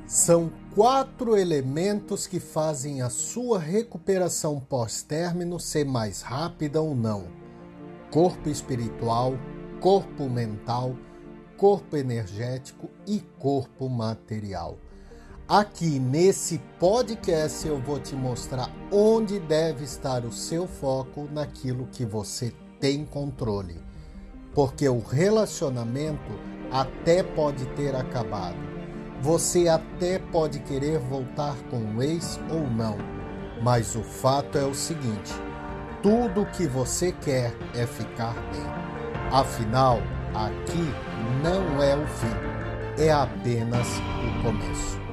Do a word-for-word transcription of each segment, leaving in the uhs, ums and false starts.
São quatro elementos que fazem a sua recuperação pós-término ser mais rápida ou não: corpo espiritual, corpo mental, corpo energético e corpo material. Aqui nesse podcast eu vou te mostrar onde deve estar o seu foco naquilo que você tem controle. Porque o relacionamento até pode ter acabado. Você até pode querer voltar com o ex ou não. Mas o fato é o seguinte: tudo o que você quer é ficar bem. Afinal, aqui não é o fim, é apenas o começo.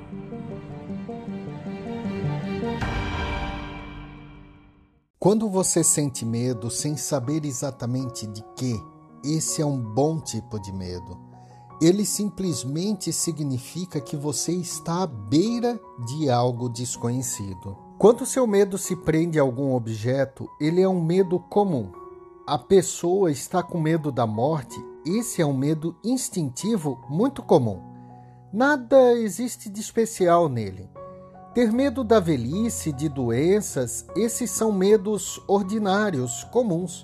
Quando você sente medo sem saber exatamente de quê, esse é um bom tipo de medo. Ele simplesmente significa que você está à beira de algo desconhecido. Quando seu medo se prende a algum objeto, ele é um medo comum. A pessoa está com medo da morte, esse é um medo instintivo muito comum. Nada existe de especial nele. Ter medo da velhice, de doenças, esses são medos ordinários, comuns.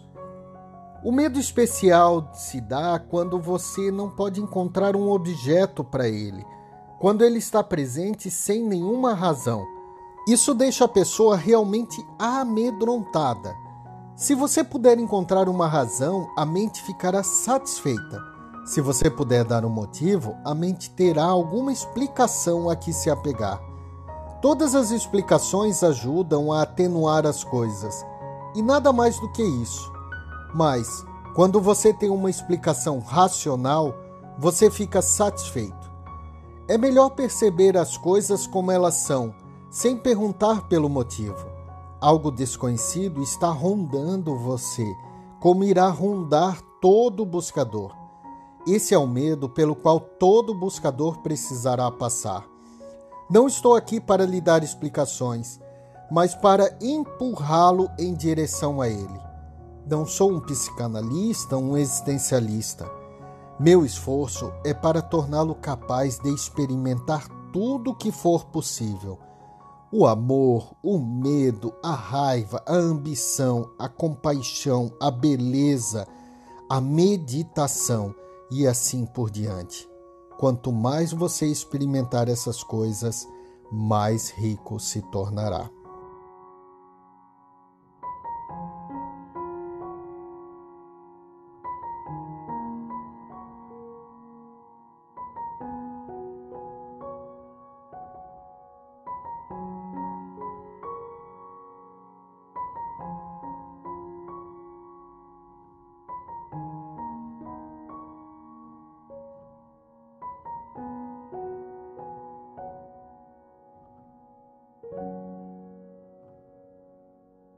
O medo especial se dá quando você não pode encontrar um objeto para ele, quando ele está presente sem nenhuma razão. Isso deixa a pessoa realmente amedrontada. Se você puder encontrar uma razão, a mente ficará satisfeita. Se você puder dar um motivo, a mente terá alguma explicação a que se apegar. Todas as explicações ajudam a atenuar as coisas, e nada mais do que isso. Mas, quando você tem uma explicação racional, você fica satisfeito. É melhor perceber as coisas como elas são, sem perguntar pelo motivo. Algo desconhecido está rondando você, como irá rondar todo buscador. Esse é o medo pelo qual todo buscador precisará passar. Não estou aqui para lhe dar explicações, mas para empurrá-lo em direção a ele. Não sou um psicanalista, um existencialista. Meu esforço é para torná-lo capaz de experimentar tudo o que for possível. O amor, o medo, a raiva, a ambição, a compaixão, a beleza, a meditação e assim por diante. Quanto mais você experimentar essas coisas, mais rico se tornará.